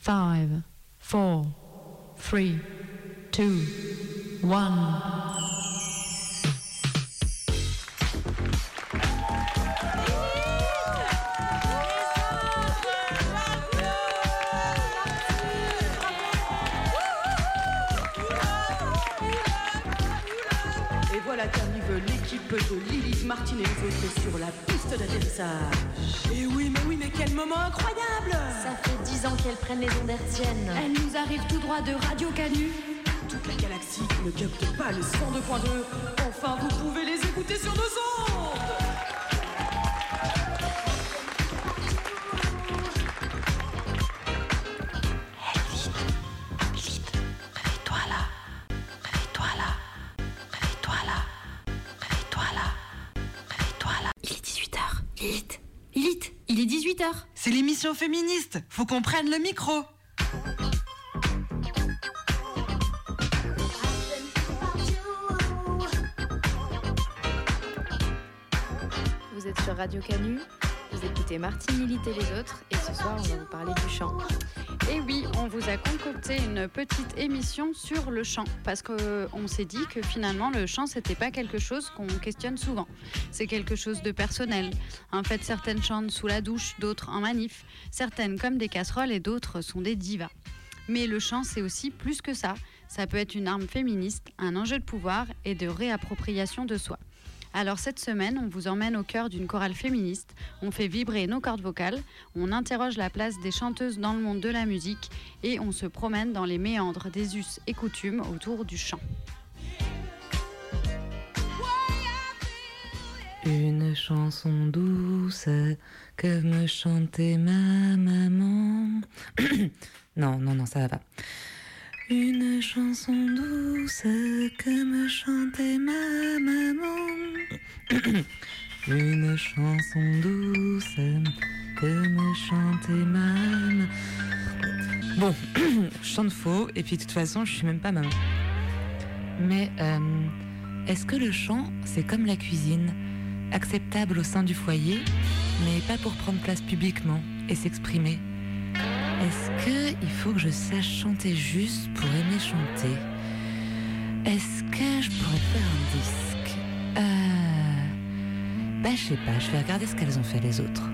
5, 4, 3, 2, 1. Voilà qu'arrive l'équipe de Lilith Martin et les autres sur la piste d'atterrissage. Et oui, mais quel moment incroyable! Ça fait 10 ans qu'elles prennent les ondes hertziennes. Elles nous arrivent tout droit de Radio Canu. Toute la galaxie ne capte pas le 102.2. Enfin, vous pouvez les écouter sur nos ondes! Lilith, il est 18h. C'est l'émission féministe, faut qu'on prenne le micro. Vous êtes sur Radio Canu, vous écoutez Martine, Lilith et les autres, et ce soir on va vous parler du chant. Et oui, on vous a concocté une petite émission sur le chant, parce qu'on s'est dit que finalement le chant c'était pas quelque chose qu'on questionne souvent. C'est quelque chose de personnel. En fait, certaines chantent sous la douche, d'autres en manif, certaines comme des casseroles et d'autres sont des divas. Mais le chant c'est aussi plus que ça. Ça peut être une arme féministe, un enjeu de pouvoir et de réappropriation de soi. Alors cette semaine, on vous emmène au cœur d'une chorale féministe, on fait vibrer nos cordes vocales, on interroge la place des chanteuses dans le monde de la musique et on se promène dans les méandres des us et coutumes autour du chant. Une chanson douce que me chantait ma maman. Non, ça va pas. Une chanson douce que me chantait ma maman. Une chanson douce que me chantait ma maman. Bon, je chante faux et puis de toute façon je suis même pas maman. Mais est-ce que le chant c'est comme la cuisine, acceptable au sein du foyer, mais pas pour prendre place publiquement et s'exprimer? Est-ce qu'il faut que je sache chanter juste pour aimer chanter? Est-ce que je pourrais faire un disque? Je sais pas, je vais regarder ce qu'elles ont fait les autres.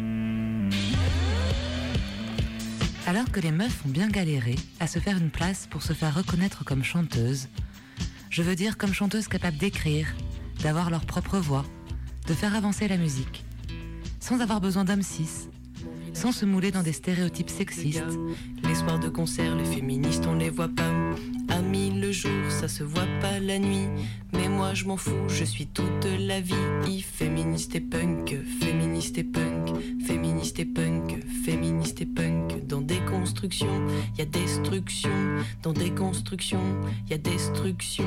Alors que les meufs ont bien galéré à se faire une place pour se faire reconnaître comme chanteuse, je veux dire comme chanteuse capable d'écrire, d'avoir leur propre voix, de faire avancer la musique, sans avoir besoin d'hommes cis, sans se mouler dans des stéréotypes sexistes. Les soirs de concert, les féministes on les voit pas. Amis le jour, ça se voit pas la nuit. Mais moi je m'en fous, je suis toute la vie. Féministe et punk, féministe et punk, féministe et punk, féministe et punk. Dans des constructions, y a destruction. Dans des constructions, y a destruction.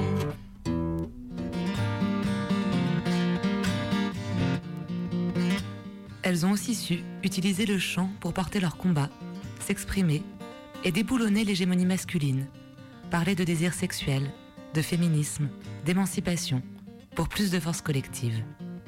Elles ont aussi su utiliser le chant pour porter leur combat, s'exprimer et déboulonner l'hégémonie masculine, parler de désir sexuel, de féminisme, d'émancipation, pour plus de force collective.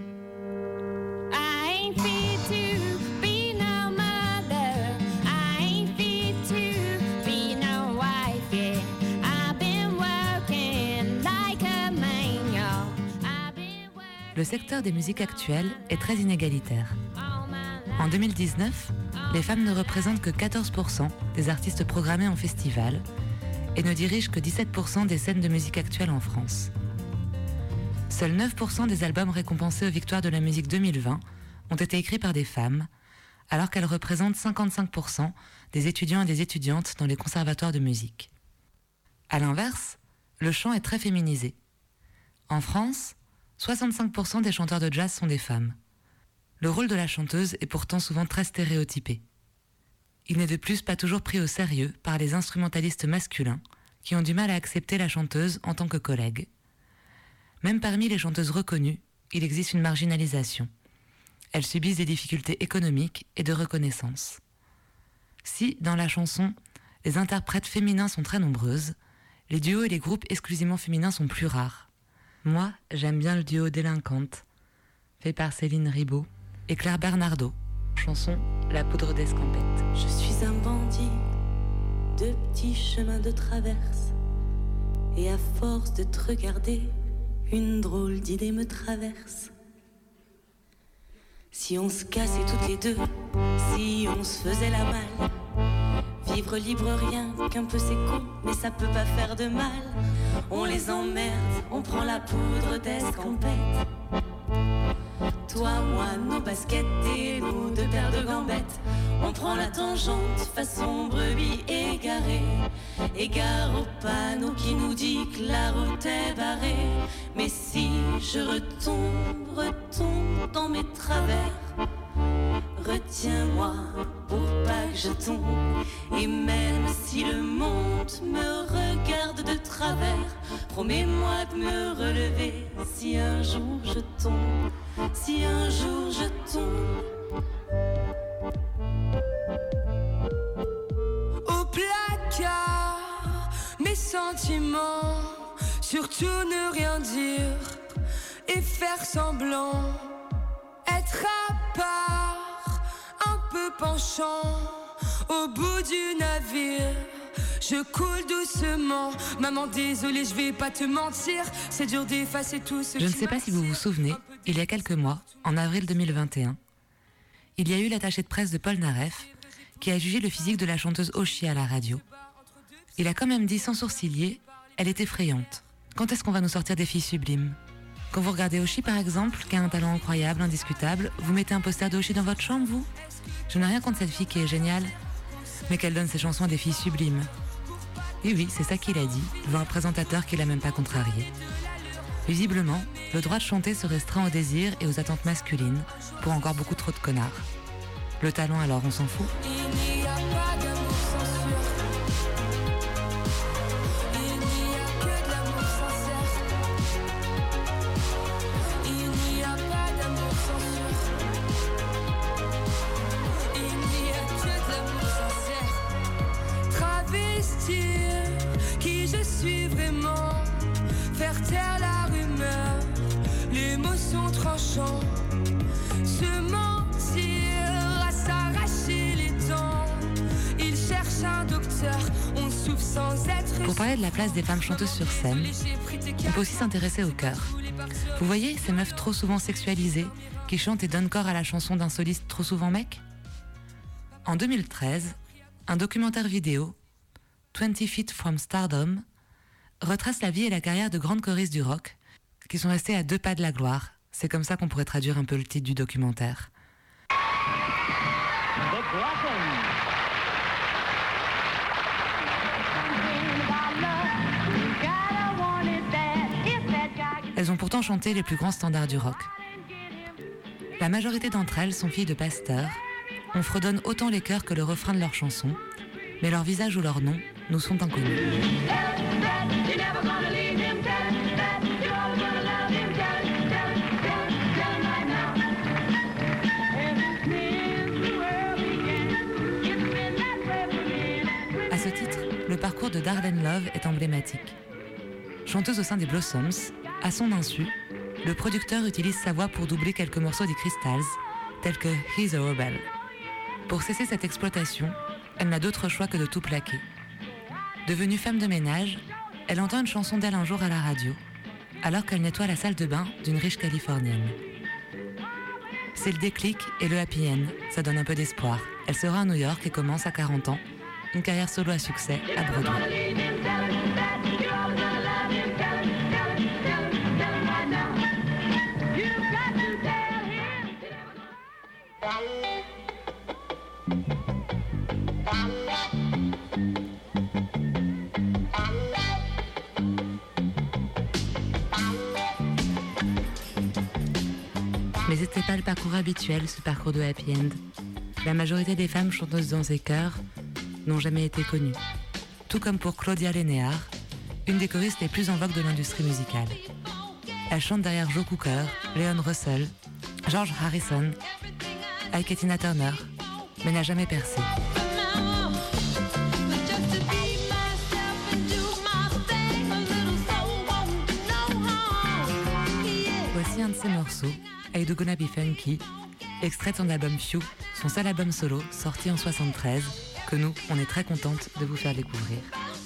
Le secteur des musiques actuelles est très inégalitaire. En 2019, les femmes ne représentent que 14% des artistes programmés en festival et ne dirigent que 17% des scènes de musique actuelle en France. Seuls 9% des albums récompensés aux Victoires de la musique 2020 ont été écrits par des femmes, alors qu'elles représentent 55% des étudiants et des étudiantes dans les conservatoires de musique. À l'inverse, le chant est très féminisé. En France, 65% des chanteurs de jazz sont des femmes. Le rôle de la chanteuse est pourtant souvent très stéréotypé. Il n'est de plus pas toujours pris au sérieux par les instrumentalistes masculins qui ont du mal à accepter la chanteuse en tant que collègue. Même parmi les chanteuses reconnues, il existe une marginalisation. Elles subissent des difficultés économiques et de reconnaissance. Si, dans la chanson, les interprètes féminins sont très nombreuses, les duos et les groupes exclusivement féminins sont plus rares. Moi, j'aime bien le duo Délinquante, fait par Céline Ribaud et Claire Bernardo, chanson La poudre d'escampette. Je suis un bandit petits chemins de traverse. Et à force de te regarder, une drôle d'idée me traverse. Si on se cassait toutes les deux, si on se faisait la malle, vivre libre rien qu'un peu c'est con, mais ça peut pas faire de mal. On les emmerde, on prend la poudre d'escampette. Toi, moi, nos baskets et nos deux paires de gambettes. On prend la tangente façon brebis égarée. Égare au panneau qui nous dit que la route est barrée. Mais si je retombe dans mes travers, retiens-moi pour pas que je tombe. Et même si le monde me regarde de travers, promets-moi de me relever si un jour je tombe. Si un jour je tombe. Au placard, mes sentiments, surtout ne rien dire et faire semblant. Être à part, un peu penchant, au bout du navire. Je coule doucement. Maman, désolée, je vais pas te mentir. C'est dur d'effacer tout ce. Je ne sais pas si vous vous souvenez, il y a quelques mois, en avril 2021, il y a eu l'attaché de presse de Paul Naref qui a jugé le physique de la chanteuse Oshi à la radio. Il a quand même dit sans sourciller, elle est effrayante. Quand est-ce qu'on va nous sortir des filles sublimes ? Quand vous regardez Oshi par exemple, qui a un talent incroyable, indiscutable, vous mettez un poster de Oshi dans votre chambre, vous ? Je n'ai rien contre cette fille qui est géniale, mais qu'elle donne ses chansons à des filles sublimes. Et oui, c'est ça qu'il a dit, devant un présentateur qui l'a même pas contrarié. Visiblement, le droit de chanter se restreint au désir et aux attentes masculines, pour encore beaucoup trop de connards. Le talent alors, on s'en fout. Il n'y a pas d'amour censure. Il n'y a que de l'amour sincère. Il n'y a pas d'amour censure. Il n'y a que de l'amour sincère. Travestir qui je suis vraiment. Faire taire la rumeur. Les mots sont tranchants. Se mentir à s'arracher les dents. Il cherche un docteur. On souffre sans être. Pour parler de la place des femmes chanteuses sur scène, on peut aussi s'intéresser au chœur. Vous voyez ces meufs trop souvent sexualisées qui chantent et donnent corps à la chanson d'un soliste trop souvent mec ? En 2013, un documentaire vidéo, 20 Feet from Stardom, retrace la vie et la carrière de grandes choristes du rock qui sont restées à 2 pas de la gloire. C'est comme ça qu'on pourrait traduire un peu le titre du documentaire. Elles ont pourtant chanté les plus grands standards du rock. La majorité d'entre elles sont filles de pasteurs. On fredonne autant les chœurs que le refrain de leurs chansons, mais leur visage ou leur nom nous sont inconnus. À ce titre, le parcours de Darlene Love est emblématique. Chanteuse au sein des Blossoms, à son insu, le producteur utilise sa voix pour doubler quelques morceaux des Crystals, tels que He's a Rebel. Pour cesser cette exploitation, elle n'a d'autre choix que de tout plaquer. Devenue femme de ménage, elle entend une chanson d'elle un jour à la radio, alors qu'elle nettoie la salle de bain d'une riche californienne. C'est le déclic et le happy end, ça donne un peu d'espoir. Elle sera à New York et commence à 40 ans, une carrière solo à succès à Broadway. Mais c'était pas le parcours habituel, ce parcours de happy end. La majorité des femmes chanteuses dans ces chœurs n'ont jamais été connues. Tout comme pour Claudia Linéar, une des choristes les plus en vogue de l'industrie musicale. Elle chante derrière Joe Cooker, Leon Russell, George Harrison, Ike et Tina Turner, mais n'a jamais percé. Voici un de ses morceaux, I Do Gonna Be Funky, extrait de son album Few, son seul album solo sorti en 1973, que nous, on est très contente de vous faire découvrir.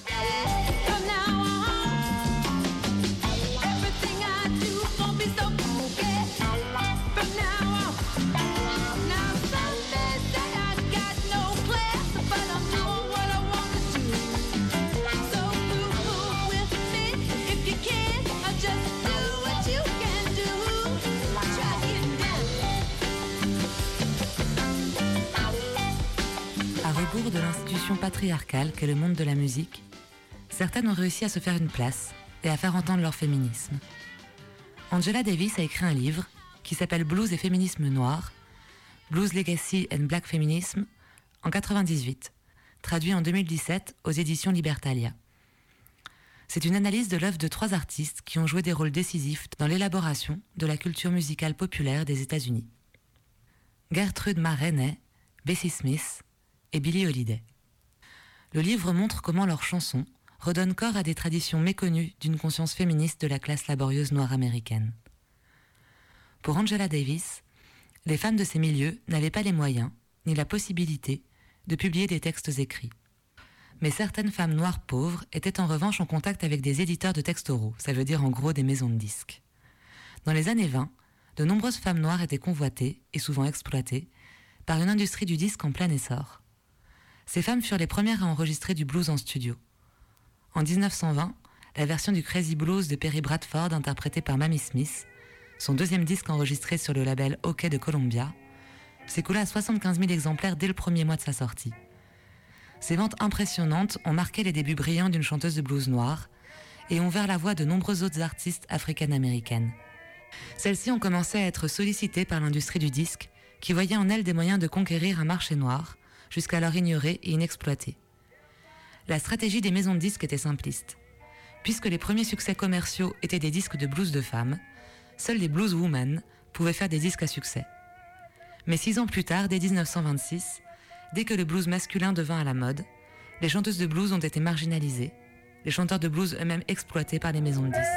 De l'institution patriarcale qu'est le monde de la musique, certaines ont réussi à se faire une place et à faire entendre leur féminisme. Angela Davis a écrit un livre qui s'appelle Blues et féminisme noir, Blues Legacy and Black Feminism, en 1998, traduit en 2017 aux éditions Libertalia. C'est une analyse de l'œuvre de 3 artistes qui ont joué des rôles décisifs dans l'élaboration de la culture musicale populaire des États-Unis. Gertrude Ma Rainey, Bessie Smith et Billie Holiday. Le livre montre comment leurs chansons redonnent corps à des traditions méconnues d'une conscience féministe de la classe laborieuse noire américaine. Pour Angela Davis, les femmes de ces milieux n'avaient pas les moyens, ni la possibilité, de publier des textes écrits. Mais certaines femmes noires pauvres étaient en revanche en contact avec des éditeurs de textes oraux, ça veut dire en gros des maisons de disques. Dans les années 20, de nombreuses femmes noires étaient convoitées, et souvent exploitées, par une industrie du disque en plein essor. Ces femmes furent les premières à enregistrer du blues en studio. En 1920, la version du Crazy Blues de Perry Bradford, interprétée par Mamie Smith, son 2e disque enregistré sur le label OK de Columbia, s'écoula à 75 000 exemplaires dès le premier mois de sa sortie. Ces ventes impressionnantes ont marqué les débuts brillants d'une chanteuse de blues noire et ont ouvert la voie de nombreux autres artistes africaines-américaines. Celles-ci ont commencé à être sollicitées par l'industrie du disque, qui voyait en elles des moyens de conquérir un marché noir, jusqu'alors ignoré et inexploité. La stratégie des maisons de disques était simpliste. Puisque les premiers succès commerciaux étaient des disques de blues de femmes, seuls les blues women pouvaient faire des disques à succès. Mais 6 ans plus tard, dès 1926, dès que le blues masculin devint à la mode, les chanteuses de blues ont été marginalisées, les chanteurs de blues eux-mêmes exploités par les maisons de disques.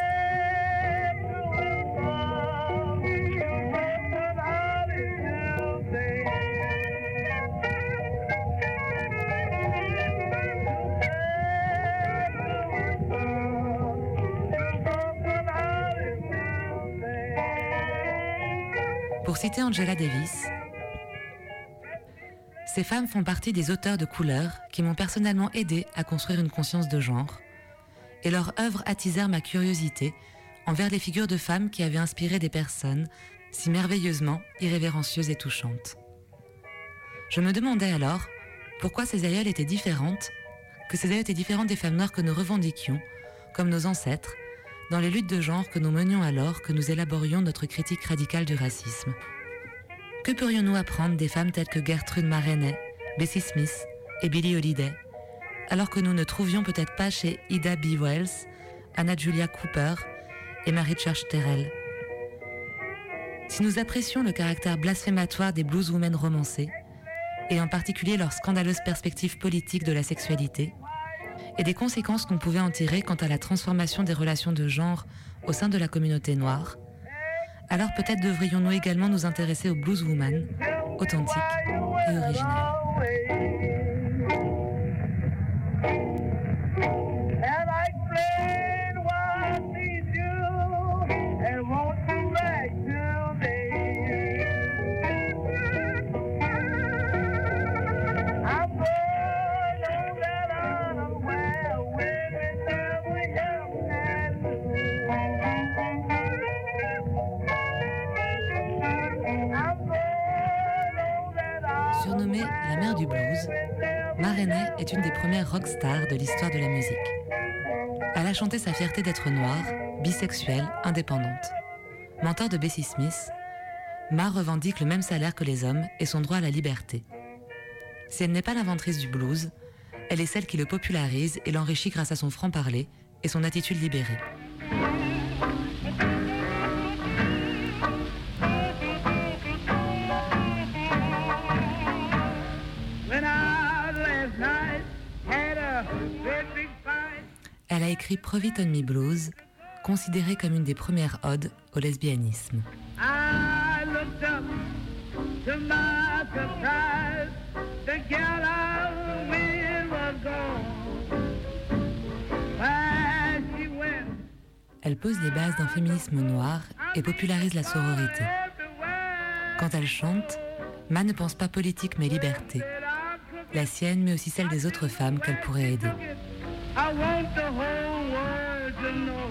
Pour citer Angela Davis, ces femmes font partie des auteurs de couleur qui m'ont personnellement aidé à construire une conscience de genre, et leurs œuvres attisèrent ma curiosité envers les figures de femmes qui avaient inspiré des personnes si merveilleusement irrévérencieuses et touchantes. Je me demandais alors pourquoi ces aïeules étaient différentes, que ces aïeules étaient différentes des femmes noires que nous revendiquions, comme nos ancêtres, dans les luttes de genre que nous menions alors que nous élaborions notre critique radicale du racisme. Que pourrions-nous apprendre des femmes telles que Gertrude Ma Rainey, Bessie Smith et Billie Holiday, alors que nous ne trouvions peut-être pas chez Ida B. Wells, Anna Julia Cooper et Mary Church Terrell? Si nous apprécions le caractère blasphématoire des blueswomen romancés, et en particulier leur scandaleuse perspective politique de la sexualité, et des conséquences qu'on pouvait en tirer quant à la transformation des relations de genre au sein de la communauté noire, alors peut-être devrions-nous également nous intéresser aux blueswoman, authentiques et originales. Surnommée la mère du blues, Ma Rainey est une des premières rockstars de l'histoire de la musique. Elle a chanté sa fierté d'être noire, bisexuelle, indépendante. Mentor de Bessie Smith, Ma revendique le même salaire que les hommes et son droit à la liberté. Si elle n'est pas l'inventrice du blues, elle est celle qui le popularise et l'enrichit grâce à son franc-parler et son attitude libérée. Elle a écrit Prove It On Me Blues, considérée comme une des premières odes au lesbianisme. I looked up to my surprise, the gal I elle pose les bases d'un féminisme noir et popularise la sororité. Quand elle chante, Ma ne pense pas politique mais liberté. La sienne, mais aussi celle des autres femmes qu'elle pourrait aider. I want the whole world to know.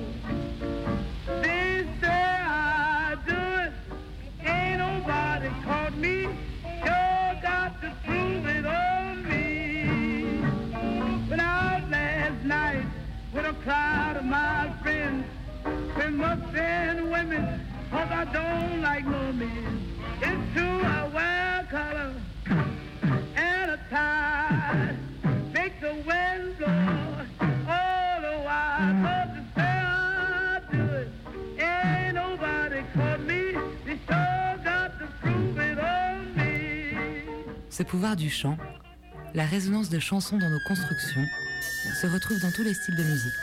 They say I do it. Ain't nobody caught me. Sure got to prove it on me. Went out last night with a crowd of my friends. We must send women, 'cause I don't like no men. It's true I wear color and a tie. Make the wind blow all the while. But to say I do it, ain't nobody caught me. They sure got to prove it on me. Ce pouvoir du chant, la résonance de chansons dans nos constructions, se retrouve dans tous les styles de musique.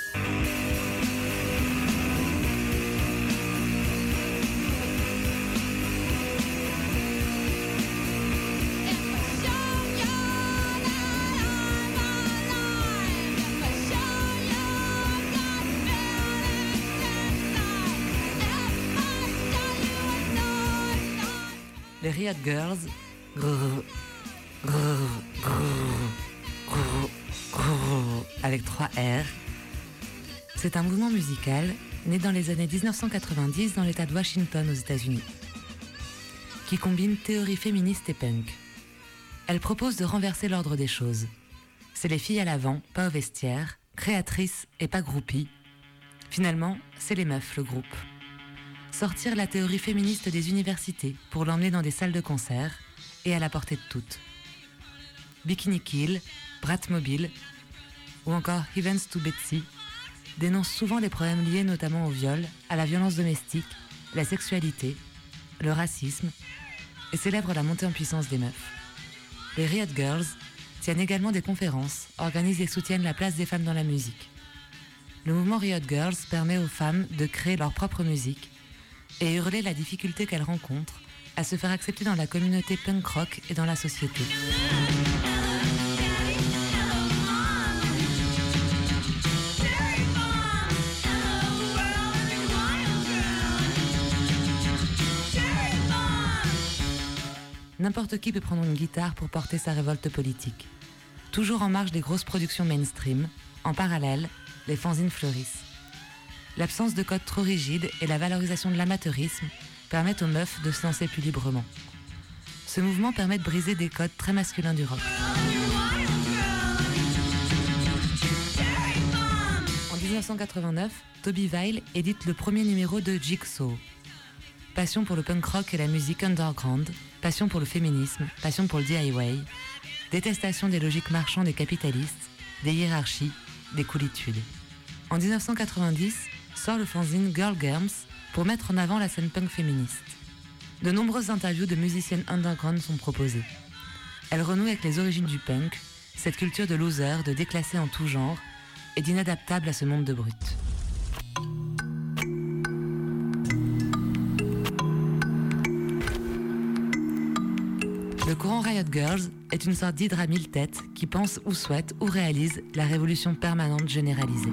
Les Riot Girls, avec 3 R, c'est un mouvement musical né dans les années 1990 dans l'État de Washington aux États-Unis, qui combine théorie féministe et punk. Elle propose de renverser l'ordre des choses. C'est les filles à l'avant, pas au vestiaire, créatrices et pas groupies. Finalement, c'est les meufs, le groupe. Sortir la théorie féministe des universités pour l'emmener dans des salles de concert et à la portée de toutes. Bikini Kill, Bratmobile ou encore Heavens to Betsy dénoncent souvent les problèmes liés notamment au viol, à la violence domestique, la sexualité, le racisme et célèbrent la montée en puissance des meufs. Les Riot Girls tiennent également des conférences, organisent et soutiennent la place des femmes dans la musique. Le mouvement Riot Girls permet aux femmes de créer leur propre musique et hurler la difficulté qu'elles rencontrent à se faire accepter dans la communauté punk rock et dans la société. N'importe qui peut prendre une guitare pour porter sa révolte politique. Toujours en marge des grosses productions mainstream, en parallèle, les fanzines fleurissent. L'absence de codes trop rigides et la valorisation de l'amateurisme permettent aux meufs de se lancer plus librement. Ce mouvement permet de briser des codes très masculins du rock. En 1989, Toby Vile édite le premier numéro de Jigsaw. Passion pour le punk rock et la musique underground, passion pour le féminisme, passion pour le DIY, détestation des logiques marchandes et capitalistes, des hiérarchies, des coolitudes. En 1990, sort le fanzine Girl Germs pour mettre en avant la scène punk féministe. De nombreuses interviews de musiciennes underground sont proposées. Elles renouent avec les origines du punk, cette culture de loser, de déclassés en tout genre et d'inadaptables à ce monde de brutes. Le courant Riot Girls est une sorte d'hydre à 1000 têtes qui pense ou souhaite ou réalise la révolution permanente généralisée.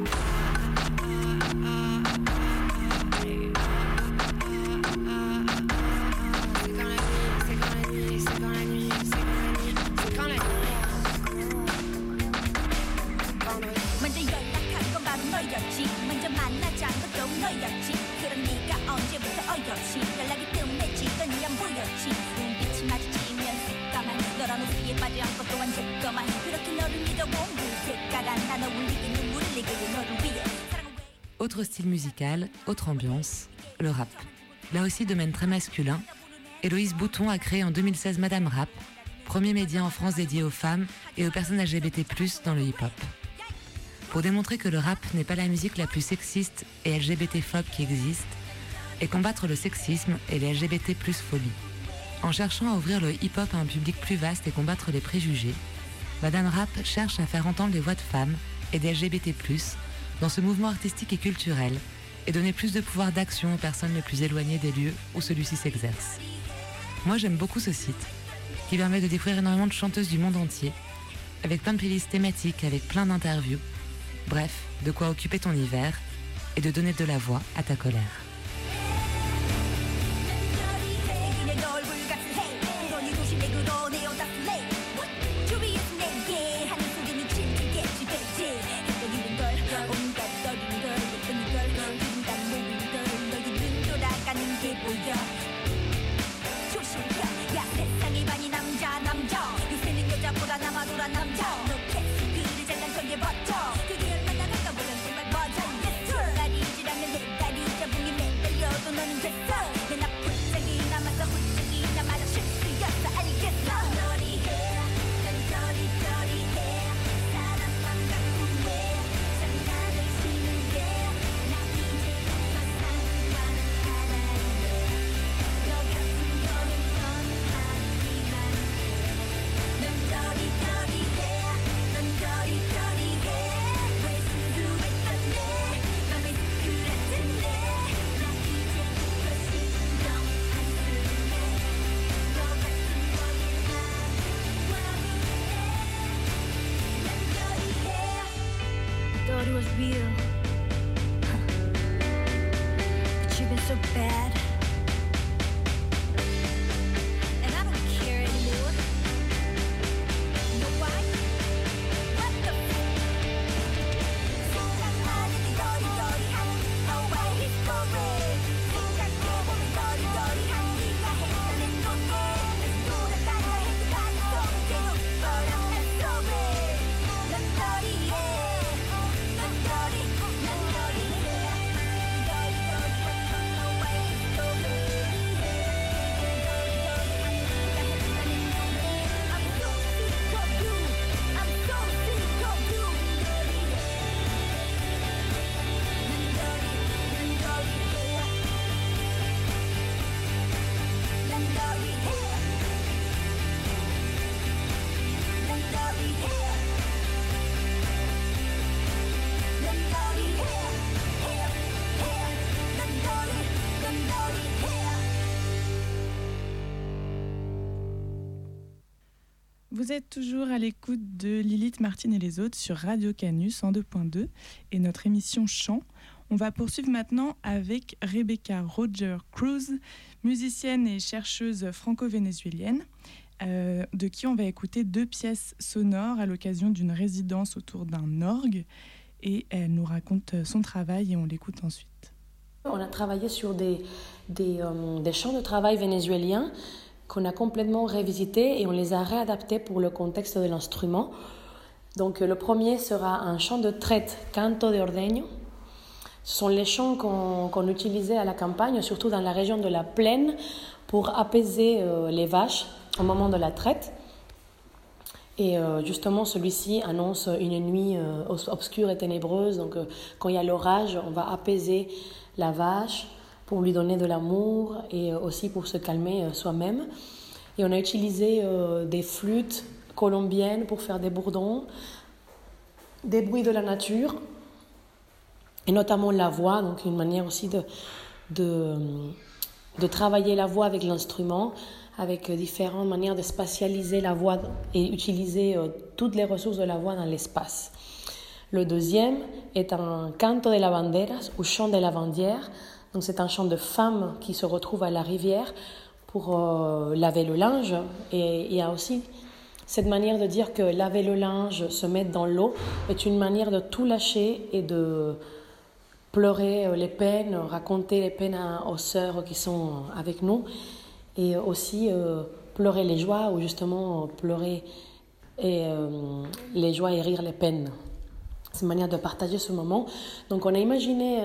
Autre style musical, autre ambiance, le rap. Là aussi domaine très masculin, Héloïse Bouton a créé en 2016 Madame Rap, premier média en France dédié aux femmes et aux personnes LGBT+, dans le hip-hop. Pour démontrer que le rap n'est pas la musique la plus sexiste et LGBT-phobe qui existe, et combattre le sexisme et les LGBT+ phobies. En cherchant à ouvrir le hip-hop à un public plus vaste et combattre les préjugés, Madame Rap cherche à faire entendre les voix de femmes et des LGBT+, dans ce mouvement artistique et culturel, et donner plus de pouvoir d'action aux personnes les plus éloignées des lieux où celui-ci s'exerce. Moi j'aime beaucoup ce site, qui permet de découvrir énormément de chanteuses du monde entier, avec plein de playlists thématiques, avec plein d'interviews. Bref, de quoi occuper ton hiver, et de donner de la voix à ta colère. Thought it was real, but you've been so bad, and I don't care anymore. You know why? What the Vous êtes toujours à l'écoute de Lilith, Martine et les autres sur Radio Canu 102.2 et notre émission Chant. On va poursuivre maintenant avec Rebecca Roger Cruz, musicienne et chercheuse franco-vénézuélienne, de qui on va écouter 2 pièces sonores à l'occasion d'une résidence autour d'un orgue. Et elle nous raconte son travail et on l'écoute ensuite. On a travaillé sur des chants de travail vénézuéliens qu'on a complètement révisité et on les a réadaptés pour le contexte de l'instrument. Donc le premier sera un chant de traite, canto de ordeño. Ce sont les chants qu'on utilisait à la campagne, surtout dans la région de la plaine, pour apaiser les vaches au moment de la traite. Et justement, celui-ci annonce une nuit obscure et ténébreuse. Donc quand il y a l'orage, on va apaiser la vache pour lui donner de l'amour et aussi pour se calmer soi-même. Et on a utilisé des flûtes colombiennes pour faire des bourdons, des bruits de la nature, et notamment la voix, donc une manière aussi de travailler la voix avec l'instrument, avec différentes manières de spatialiser la voix et utiliser toutes les ressources de la voix dans l'espace. Le deuxième est un canto de lavanderas ou chant des lavandières. Donc c'est un chant de femme qui se retrouve à la rivière pour laver le linge. Et il y a aussi cette manière de dire que laver le linge, se mettre dans l'eau, est une manière de tout lâcher et de pleurer les peines, raconter les peines aux sœurs qui sont avec nous. Et aussi pleurer les joies ou justement pleurer les joies et rire les peines. C'est une manière de partager ce moment. Donc on a imaginé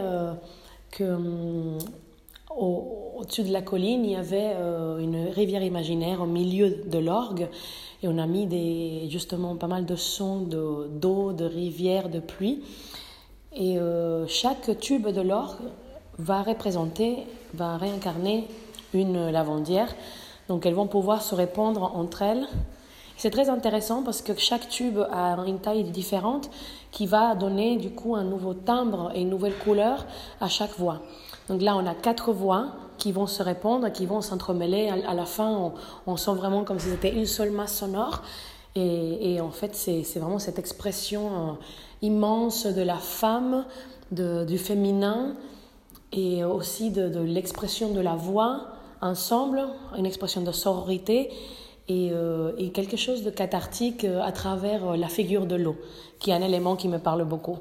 qu'au-dessus de la colline, il y avait une rivière imaginaire au milieu de l'orgue et on a mis justement pas mal de sons d'eau, de rivière, de pluie. Et chaque tube de l'orgue va réincarner une lavandière. Donc elles vont pouvoir se répondre entre elles. C'est très intéressant parce que chaque tube a une taille différente qui va donner du coup un nouveau timbre et une nouvelle couleur à chaque voix. Donc là, on a 4 voix qui vont se répondre, qui vont s'entremêler. À la fin, on sent vraiment comme si c'était une seule masse sonore. Et en fait, c'est vraiment cette expression immense de la femme du féminin et aussi de l'expression de la voix ensemble, une expression de sororité et quelque chose de cathartique à travers la figure de l'eau, qui est un élément qui me parle beaucoup.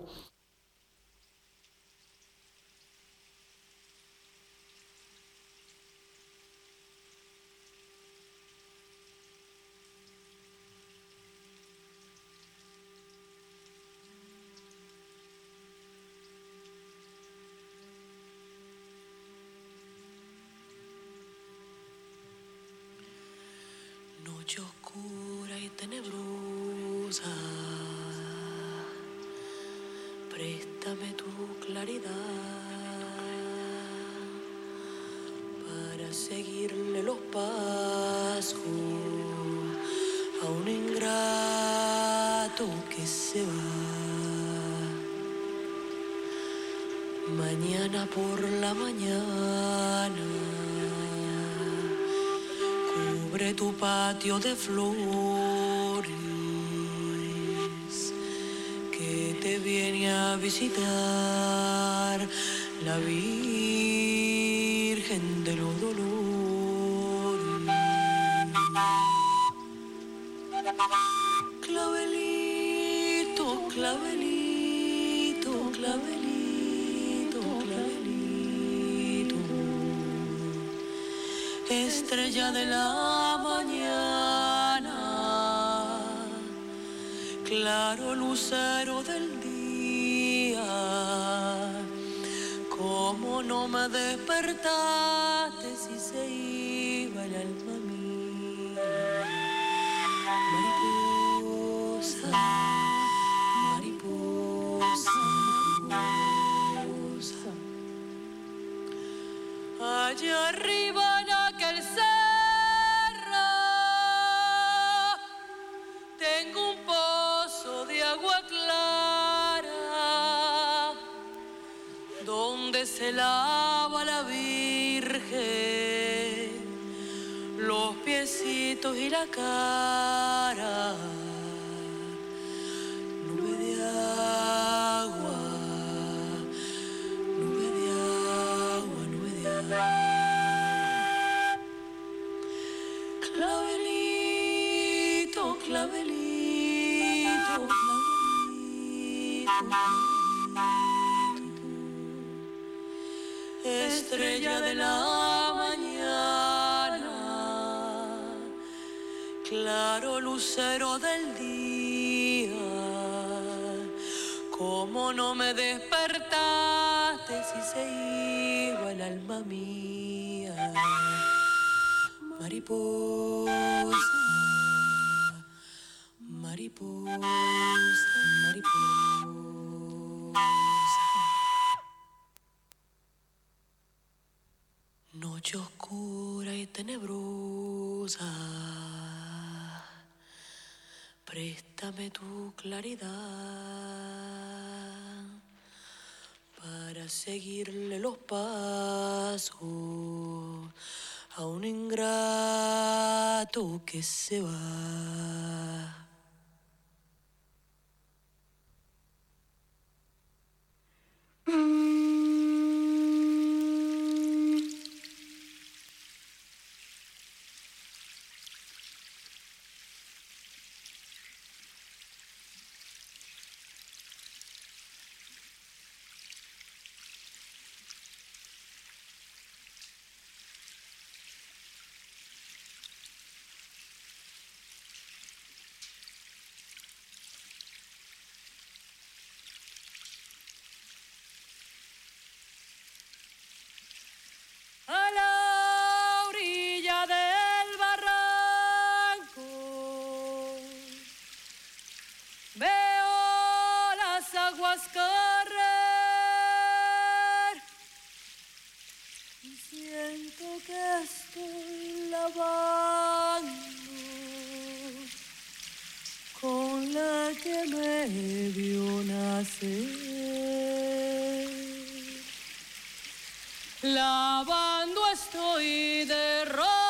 Noche oscura y tenebrosa, préstame tu claridad para seguirle los pasos a un ingrato que se va. Mañana por la mañana cubre tu patio de flores que te viene a visitar la Virgen de los Dolores. Clavelito, clavelito, clavelito, clavelito, estrella de la mañana, claro lucero del día, cómo no me despertaste si se iba el alma mía. Mariposa, mariposa, mariposa, allá arriba en aquel cerro tengo un pozo de agua clara donde se lava la Virgen los piecitos y la cara. Nube de agua, nube de agua, nube de agua. Clavelito, clavelito, clavelito, estrella de la mañana, claro lucero del día, cómo no me despertaste si se iba el alma mía. Mariposa, mariposa, mariposa. Noche oscura y tenebrosa, préstame tu claridad para seguirle los pasos a un ingrato que se va. A la orilla del barranco veo las aguas correr y siento que estoy lavando con la que me vio nacer. Lavando estoy de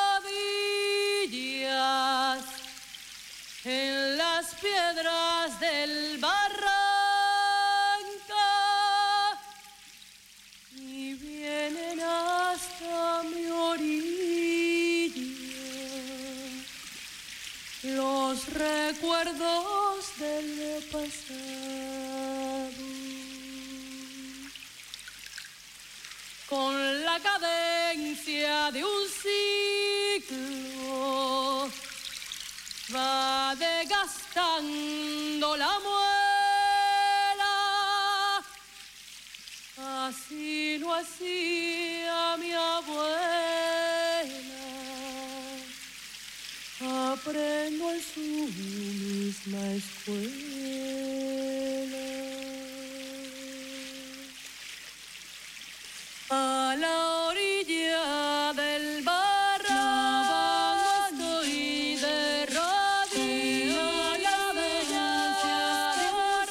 rodillas en las piedras del barranco los recuerdos del pasado. Con la cadencia de un ciclo va desgastando la muela. Así lo hacía mi abuela. Aprendo en su misma escuela. A la orilla del barranco estoy de rodillas, la belleza de un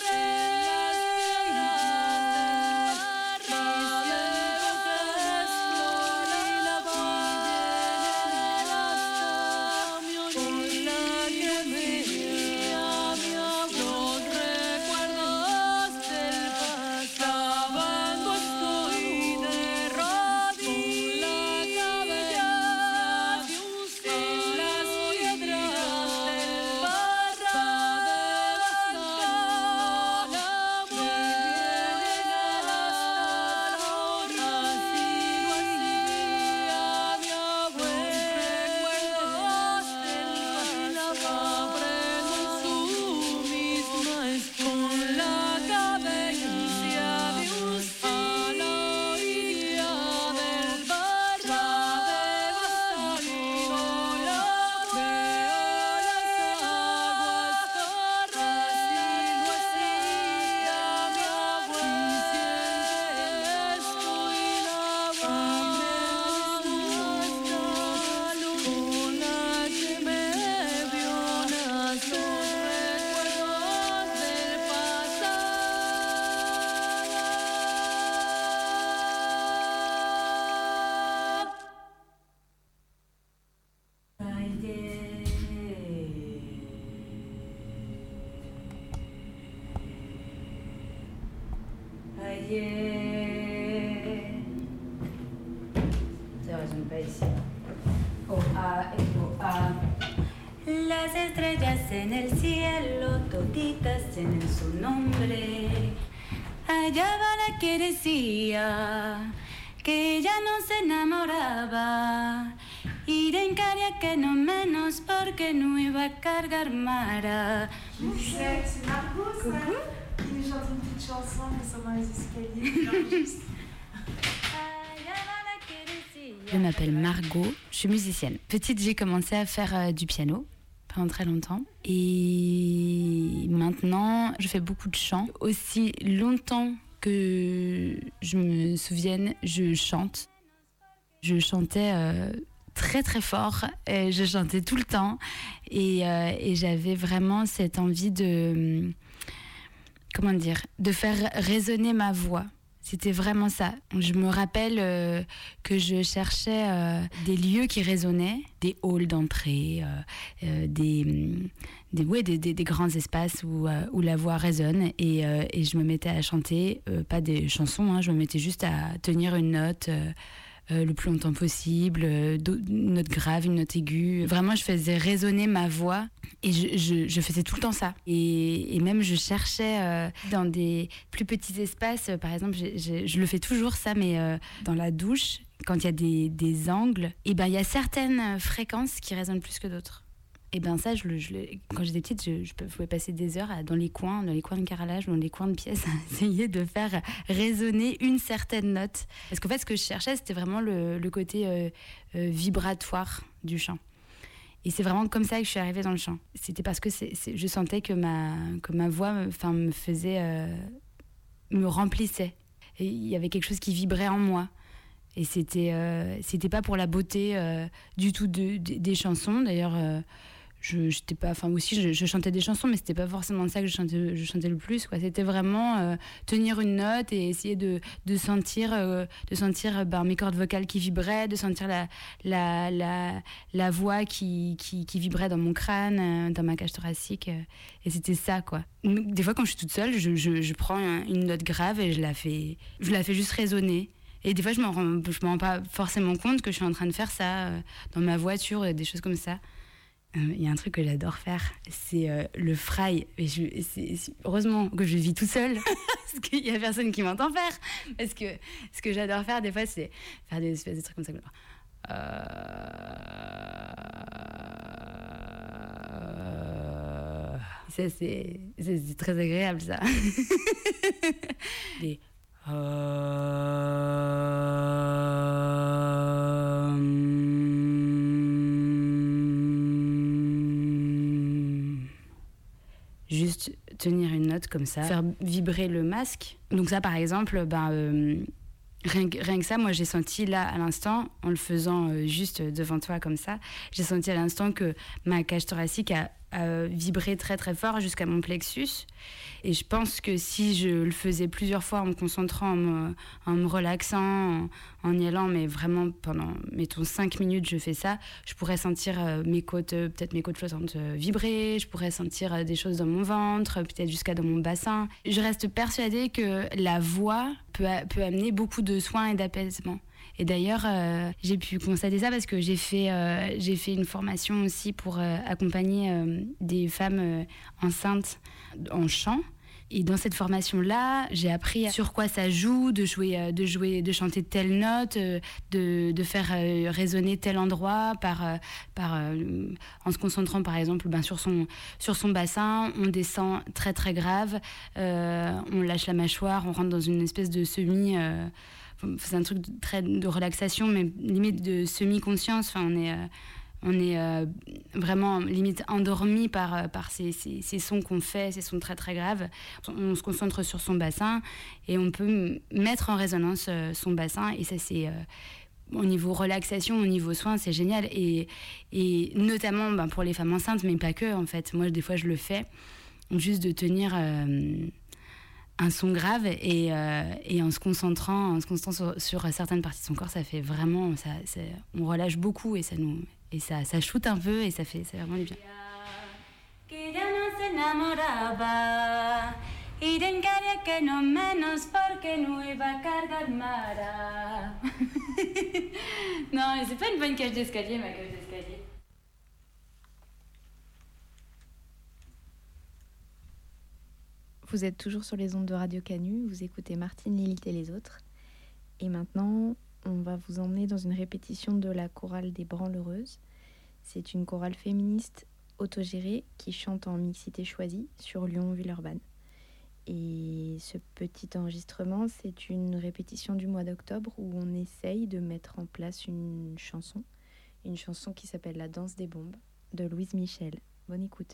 Ça résonne pas ici. O-A, eco-A. Las estrellas en el cielo, toditas tienen su nombre. Allá va la que decía que ella no se enamoraba. Y de Encaria que no menos porque no iba a cargar Mara. C'est Margot, ça. Coucou. Qui nous chante une petite chanson, mais sur les escaliers. Juste. Je m'appelle Margot, je suis musicienne. Petite, j'ai commencé à faire du piano pendant très longtemps. Et maintenant, je fais beaucoup de chant. Aussi longtemps que je me souvienne, je chante. Je chantais très très fort, je chantais tout le temps. Et j'avais vraiment cette envie de... Comment dire ? De faire résonner ma voix. C'était vraiment ça. Je me rappelle que je cherchais des lieux qui résonnaient, des halls d'entrée, des grands espaces où la voix résonne. Et je me mettais à chanter, pas des chansons, hein, je me mettais juste à tenir une note le plus longtemps possible, une note grave, une note aiguë. Vraiment, je faisais résonner ma voix et je faisais tout le temps ça. Et même, je cherchais dans des plus petits espaces, par exemple, je le fais toujours ça, mais dans la douche, quand il y a des angles, et ben, il y a certaines fréquences qui résonnent plus que d'autres. Et ben ça, quand j'étais petite, je pouvais passer des heures dans les coins de carrelage, dans les coins de pièces, à essayer de faire résonner une certaine note. Parce qu'en fait, ce que je cherchais, c'était vraiment le côté vibratoire du chant. Et c'est vraiment comme ça que je suis arrivée dans le chant. C'était parce que je sentais que ma voix me faisait... me remplissait. Et il y avait quelque chose qui vibrait en moi. Et c'était pas pour la beauté du tout des chansons. D'ailleurs... je chantais des chansons, mais c'était pas forcément ça que je chantais le plus, quoi. C'était vraiment tenir une note et essayer de sentir mes cordes vocales qui vibraient, de sentir la voix qui vibrait dans mon crâne, dans ma cage thoracique, et c'était ça, quoi. Des fois, quand je suis toute seule, je prends une note grave et je la fais juste résonner. Et des fois, je m'en rends pas forcément compte que je suis en train de faire ça dans ma voiture, des choses comme ça. Il y a un truc que j'adore faire, c'est le fry. Et heureusement que je vis tout seul, parce qu'il n'y a personne qui m'entend faire. Parce que ce que j'adore faire, des fois, c'est faire des espèces de trucs comme ça. Ça, c'est très agréable, ça. Des... Juste tenir une note comme ça, faire vibrer le masque. Donc ça, par exemple, rien que ça, moi j'ai senti là à l'instant, en le faisant juste devant toi comme ça, j'ai senti à l'instant que ma cage thoracique a vibré très très fort jusqu'à mon plexus. Et je pense que si je le faisais plusieurs fois en me concentrant, en me relaxant, en y allant, mais vraiment pendant, mettons, 5 minutes, je fais ça, je pourrais sentir peut-être mes côtes flottantes vibrer, je pourrais sentir des choses dans mon ventre, peut-être jusqu'à dans mon bassin. Je reste persuadée que la voix peut amener beaucoup de soins et d'apaisement. Et d'ailleurs, j'ai pu constater ça parce que j'ai fait une formation aussi pour accompagner des femmes enceintes en chant. Et dans cette formation-là, j'ai appris sur quoi ça joue, de chanter telle note, de faire résonner tel endroit en se concentrant par exemple sur son bassin. On descend très très grave, on lâche la mâchoire, on rentre dans une espèce de c'est un truc de relaxation, mais limite de semi-conscience. Enfin, on est vraiment limite endormi par ces sons qu'on fait, ces sons très très graves. On se concentre sur son bassin et on peut mettre en résonance son bassin. Et ça, c'est au niveau relaxation, au niveau soin, c'est génial. Et notamment pour les femmes enceintes, mais pas que en fait. Moi, des fois, je le fais juste de tenir un son grave et en se concentrant sur certaines parties de son corps, ça fait vraiment on relâche beaucoup et ça shoot un peu et ça fait vraiment du bien. Non, mais c'est pas une bonne cage d'escalier, ma cage d'escalier. Vous êtes toujours sur les ondes de Radio Canu, vous écoutez Martine, Lilith et les autres. Et maintenant, on va vous emmener dans une répétition de la chorale des Branlheureuses. C'est une chorale féministe autogérée qui chante en mixité choisie sur Lyon-Villeurbanne. Et ce petit enregistrement, c'est une répétition du mois d'octobre où on essaye de mettre en place une chanson qui s'appelle La danse des bombes de Louise Michel. Bonne écoute.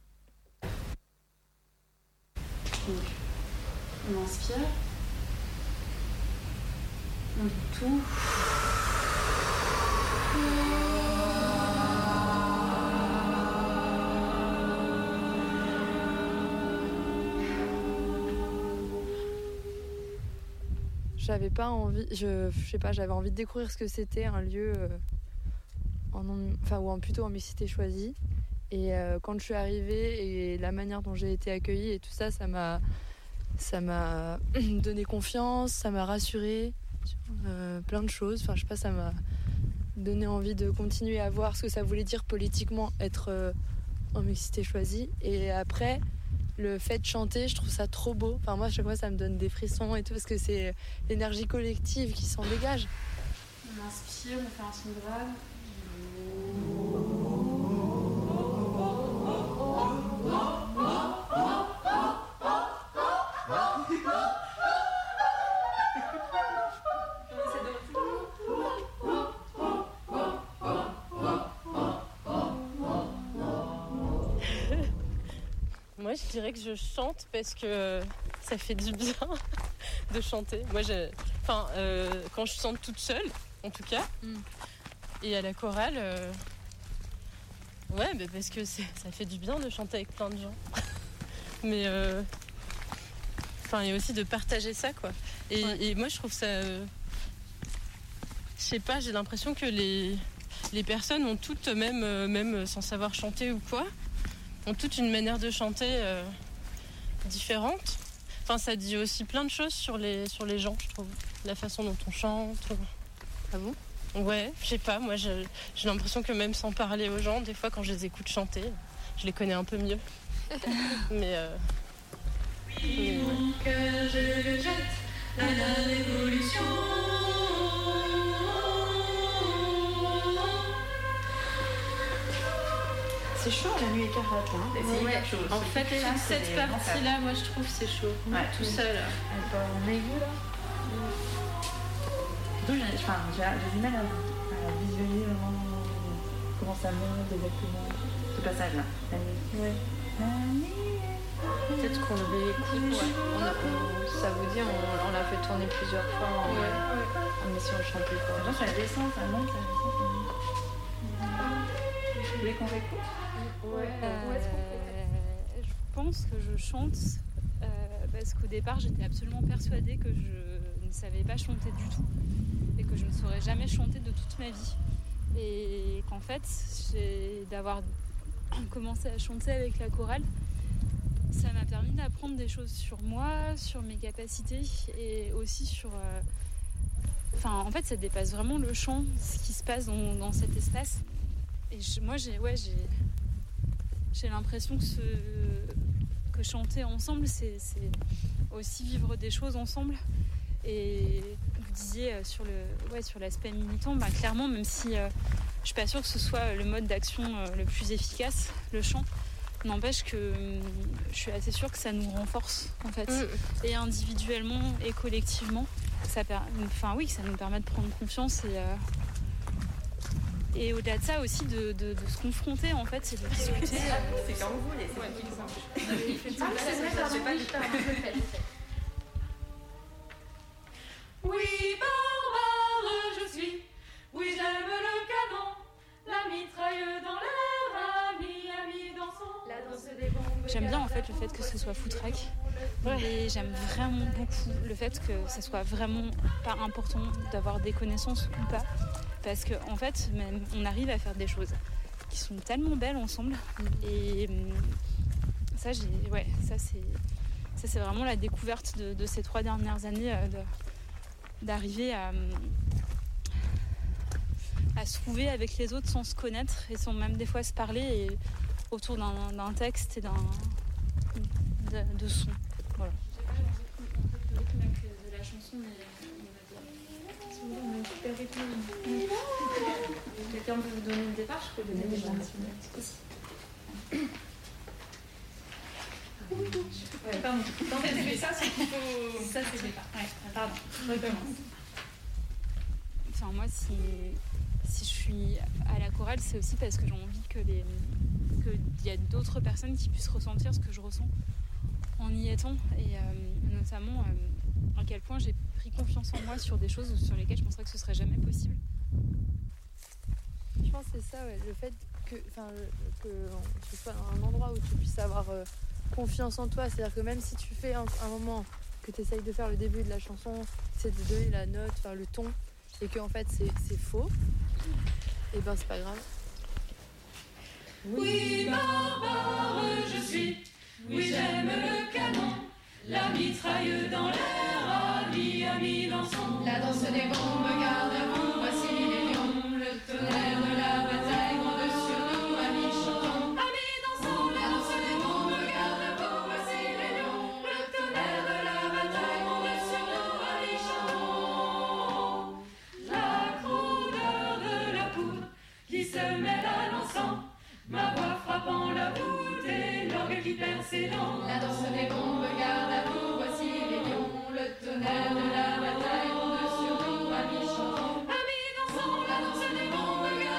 Donc, on inspire, on dit tout. J'avais pas envie, je sais pas, j'avais envie de découvrir ce que c'était un lieu plutôt en mixité choisie. Et quand je suis arrivée et la manière dont j'ai été accueillie et tout ça, ça m'a donné confiance, ça m'a rassurée sur plein de choses. Enfin, je sais pas, ça m'a donné envie de continuer à voir ce que ça voulait dire politiquement être en mixité choisie. Et après, le fait de chanter, je trouve ça trop beau. Enfin, moi, à chaque fois, ça me donne des frissons et tout parce que c'est l'énergie collective qui s'en dégage. On inspire, on fait un son grave. Moi, je dirais que je chante parce que ça fait du bien de chanter. Moi, quand je chante toute seule, en tout cas, et à la chorale, parce que ça fait du bien de chanter avec plein de gens. Mais et aussi de partager ça, quoi. Et moi, je trouve ça... je sais pas, j'ai l'impression que les personnes ont toutes, même sans savoir chanter ou quoi, ont toutes une manière de chanter différente. Enfin, ça dit aussi plein de choses sur les gens, je trouve. La façon dont on chante. Ah bon ? Ouais, je sais pas, moi j'ai l'impression que même sans parler aux gens, des fois quand je les écoute chanter, je les connais un peu mieux. Mais Oui, mon cœur, je le jette à la révolution. C'est chaud la nuit écarlate, hein. Ouais. En fait, cette partie-là, moi je trouve c'est chaud. Ouais. Tout seul. Elle part en aigu là. J'ai du mal à visualiser vraiment comment ça monte exactement. Ce passage-là. Ouais. Peut-être qu'on le réécoute. Ça vous dit, on l'a fait tourner plusieurs fois en mission chantée. Non, ça descend, ça monte, ça descend. Vous voulez qu'on réécoute? Je pense que je chante parce qu'au départ j'étais absolument persuadée que je ne savais pas chanter du tout et que je ne saurais jamais chanter de toute ma vie et qu'en fait d'avoir commencé à chanter avec la chorale, ça m'a permis d'apprendre des choses sur moi, sur mes capacités et aussi sur en fait ça dépasse vraiment le chant, ce qui se passe dans cet espace. Et moi j'ai l'impression que chanter ensemble, c'est aussi vivre des choses ensemble. Et vous disiez sur l'aspect militant, clairement, même si je suis pas sûre que ce soit le mode d'action le plus efficace, le chant, n'empêche que je suis assez sûre que ça nous renforce en fait, et individuellement et collectivement. Ça nous permet de prendre confiance et au-delà de ça aussi de se confronter en fait, c'est de discuter. C'est quand vous voulez, Oui, barbare je suis, oui j'aime le canon, la mitraille dans l'air, ami dansant. La danse des bombes. J'aime bien en fait le fait que ce soit footrack. Et j'aime vraiment beaucoup le fait que ça soit vraiment pas important d'avoir des connaissances ou pas. Parce qu'en fait, même, on arrive à faire des choses qui sont tellement belles ensemble. Et ça, c'est vraiment la découverte de ces 3 dernières années, d'arriver à se trouver avec les autres sans se connaître et sans même des fois se parler et autour d'un texte et de son. Voilà. Je sais pas, le rythme de la chanson, on a un super rythme. Quelqu'un peut vous donner le départ? Je peux donner le départ. Ouais, pardon. Quand elle fait ça, c'est qu'il faut. Ça, c'est le départ. Ouais, pardon. Je recommence. Enfin, moi, si je suis à la chorale, c'est aussi parce que j'ai envie qu'il y a d'autres personnes qui puissent ressentir ce que je ressens en y étant. Et notamment, à quel point j'ai pris confiance en moi sur des choses sur lesquelles je penserais que ce serait jamais possible. Je pense que c'est ça, ouais, le fait que tu sois dans un endroit où tu puisses avoir confiance en toi. C'est-à-dire que même si tu fais un moment que tu essayes de faire le début de la chanson, c'est de donner la note, faire le ton, et qu'en fait c'est faux, et ben c'est pas grave. Oui, barbare je suis, oui j'aime le canon, la mitraille dans l'air, ami dansant. La danse des bombes, garde-vous, voici les lions, le tonnerre de la bataille gronde sur nous, amis chantons. Amis dansant, la danse des bombes, garde-vous, voici les lions, le tonnerre de la bataille gronde sur nous, amis chantons. La crudeur de la poudre qui se mêle à l'encens, ma voix frappant la voûte et l'orgue qui perd ses dents. La danse des bombes, garde à vous, voici les lions, le tonnerre de la bataille gronde sur nous, amis chantons. Amis dansant, la danse des bombes, garde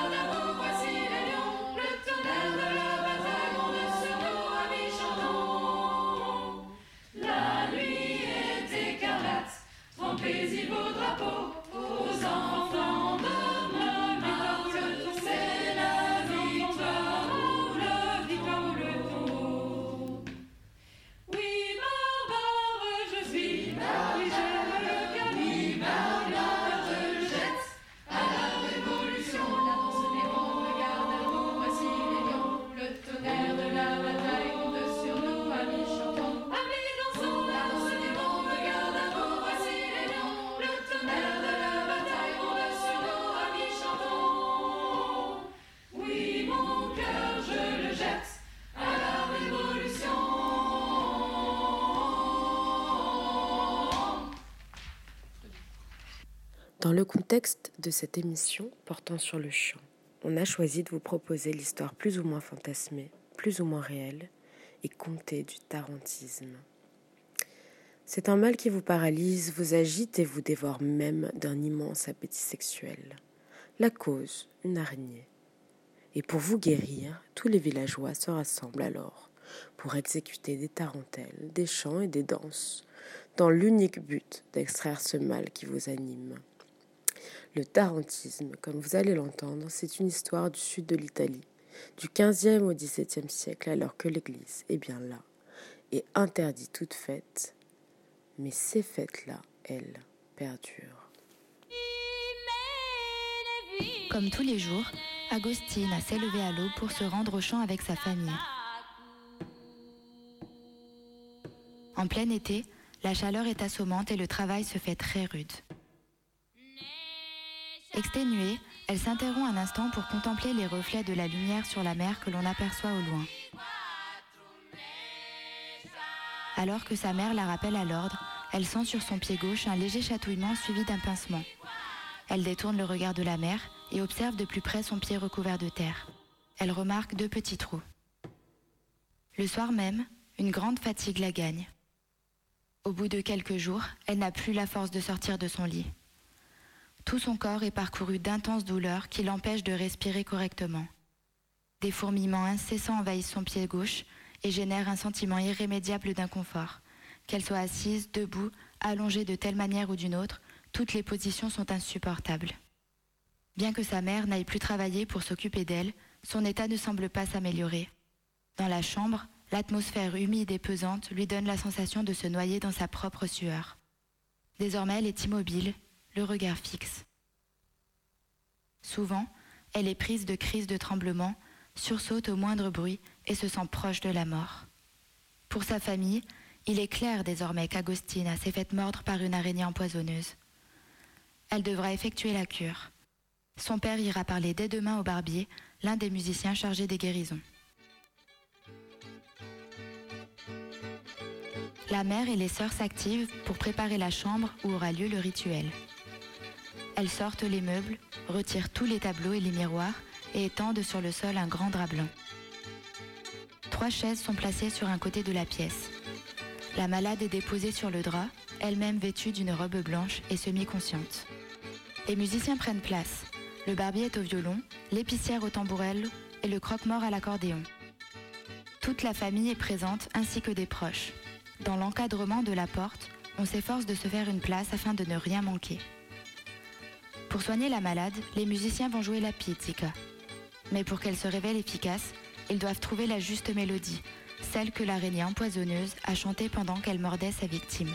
Dans le contexte de cette émission portant sur le chant, on a choisi de vous proposer l'histoire plus ou moins fantasmée, plus ou moins réelle et contée du tarantisme. C'est un mal qui vous paralyse, vous agite et vous dévore même d'un immense appétit sexuel. La cause, une araignée. Et pour vous guérir, tous les villageois se rassemblent alors pour exécuter des tarentelles, des chants et des danses, dans l'unique but d'extraire ce mal qui vous anime. Le tarantisme, comme vous allez l'entendre, c'est une histoire du sud de l'Italie, du XVe au XVIIe siècle, alors que l'Église est bien là et interdit toute fête, mais ces fêtes-là, elles, perdurent. Comme tous les jours, Agostina s'est levée à l'aube pour se rendre au champ avec sa famille. En plein été, la chaleur est assommante et le travail se fait très rude. Exténuée, elle s'interrompt un instant pour contempler les reflets de la lumière sur la mer que l'on aperçoit au loin. Alors que sa mère la rappelle à l'ordre, elle sent sur son pied gauche un léger chatouillement suivi d'un pincement. Elle détourne le regard de la mer et observe de plus près son pied recouvert de terre. Elle remarque 2 petits trous. Le soir même, une grande fatigue la gagne. Au bout de quelques jours, elle n'a plus la force de sortir de son lit. Tout son corps est parcouru d'intenses douleurs qui l'empêchent de respirer correctement. Des fourmillements incessants envahissent son pied gauche et génèrent un sentiment irrémédiable d'inconfort. Qu'elle soit assise, debout, allongée de telle manière ou d'une autre, toutes les positions sont insupportables. Bien que sa mère n'aille plus travailler pour s'occuper d'elle, son état ne semble pas s'améliorer. Dans la chambre, l'atmosphère humide et pesante lui donne la sensation de se noyer dans sa propre sueur. Désormais, elle est immobile, le regard fixe. Souvent, elle est prise de crises de tremblement, sursaute au moindre bruit et se sent proche de la mort. Pour sa famille, il est clair désormais qu'Agostina s'est faite mordre par une araignée empoisonneuse. Elle devra effectuer la cure. Son père ira parler dès demain au barbier, l'un des musiciens chargés des guérisons. La mère et les sœurs s'activent pour préparer la chambre où aura lieu le rituel. Elles sortent les meubles, retirent tous les tableaux et les miroirs et étendent sur le sol un grand drap blanc. 3 chaises sont placées sur un côté de la pièce. La malade est déposée sur le drap, elle-même vêtue d'une robe blanche et semi-consciente. Les musiciens prennent place. Le barbier est au violon, l'épicière au tambourello et le croque-mort à l'accordéon. Toute la famille est présente ainsi que des proches. Dans l'encadrement de la porte, on s'efforce de se faire une place afin de ne rien manquer. Pour soigner la malade, les musiciens vont jouer la pizzica. Mais pour qu'elle se révèle efficace, ils doivent trouver la juste mélodie, celle que l'araignée empoisonneuse a chantée pendant qu'elle mordait sa victime.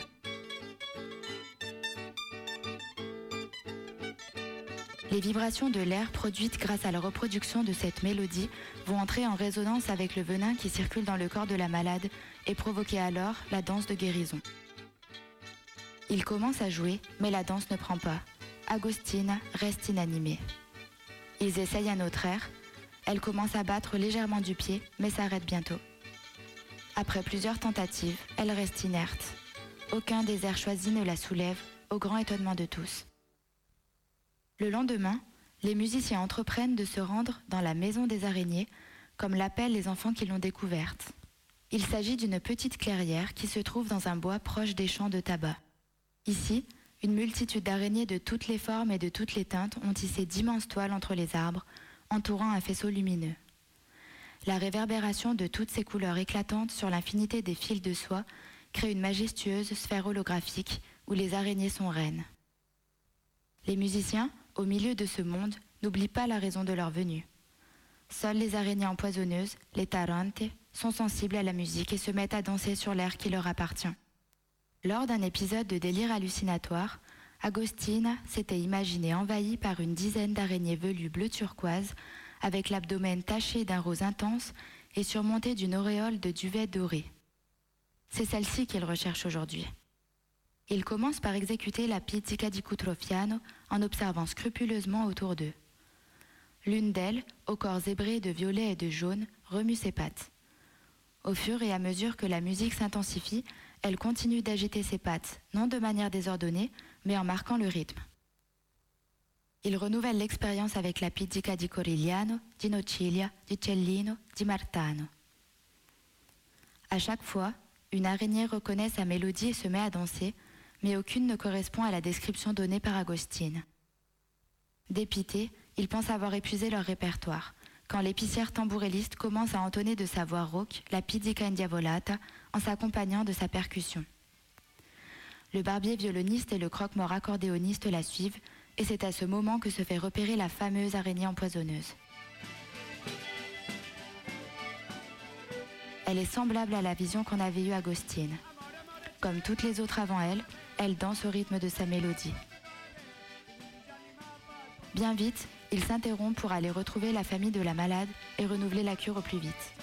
Les vibrations de l'air produites grâce à la reproduction de cette mélodie vont entrer en résonance avec le venin qui circule dans le corps de la malade et provoquer alors la danse de guérison. Il commence à jouer, mais la danse ne prend pas. Agostina reste inanimée. Ils essayent un autre air. Elle commence à battre légèrement du pied, mais s'arrête bientôt. Après plusieurs tentatives, elle reste inerte. Aucun des airs choisis ne la soulève, au grand étonnement de tous. Le lendemain, les musiciens entreprennent de se rendre dans la maison des araignées, comme l'appellent les enfants qui l'ont découverte. Il s'agit d'une petite clairière qui se trouve dans un bois proche des champs de tabac. Ici, une multitude d'araignées de toutes les formes et de toutes les teintes ont tissé d'immenses toiles entre les arbres, entourant un faisceau lumineux. La réverbération de toutes ces couleurs éclatantes sur l'infinité des fils de soie crée une majestueuse sphère holographique où les araignées sont reines. Les musiciens, au milieu de ce monde, n'oublient pas la raison de leur venue. Seules les araignées empoisonneuses, les tarantes, sont sensibles à la musique et se mettent à danser sur l'air qui leur appartient. Lors d'un épisode de délire hallucinatoire, Agostina s'était imaginée envahie par une dizaine d'araignées velues bleu turquoise, avec l'abdomen taché d'un rose intense et surmonté d'une auréole de duvet doré. C'est celle-ci qu'il recherche aujourd'hui. Il commence par exécuter la pizzica di Cutrofiano en observant scrupuleusement autour d'eux. L'une d'elles, au corps zébré de violet et de jaune, remue ses pattes. Au fur et à mesure que la musique s'intensifie, elle continue d'agiter ses pattes, non de manière désordonnée, mais en marquant le rythme. Il renouvelle l'expérience avec la pizzica di Corigliano, di Nociglia, di Cellino, di Martano. À chaque fois, une araignée reconnaît sa mélodie et se met à danser, mais aucune ne correspond à la description donnée par Agostine. Dépité, ils pensent avoir épuisé leur répertoire, quand l'épicière tambourelliste commence à entonner de sa voix rauque la pizzica indiavolata en s'accompagnant de sa percussion. Le barbier violoniste et le croque-mort accordéoniste la suivent, et c'est à ce moment que se fait repérer la fameuse araignée empoisonneuse. Elle est semblable à la vision qu'en avait eue Agostine. Comme toutes les autres avant elle, elle danse au rythme de sa mélodie. Bien vite, il s'interrompt pour aller retrouver la famille de la malade et renouveler la cure au plus vite.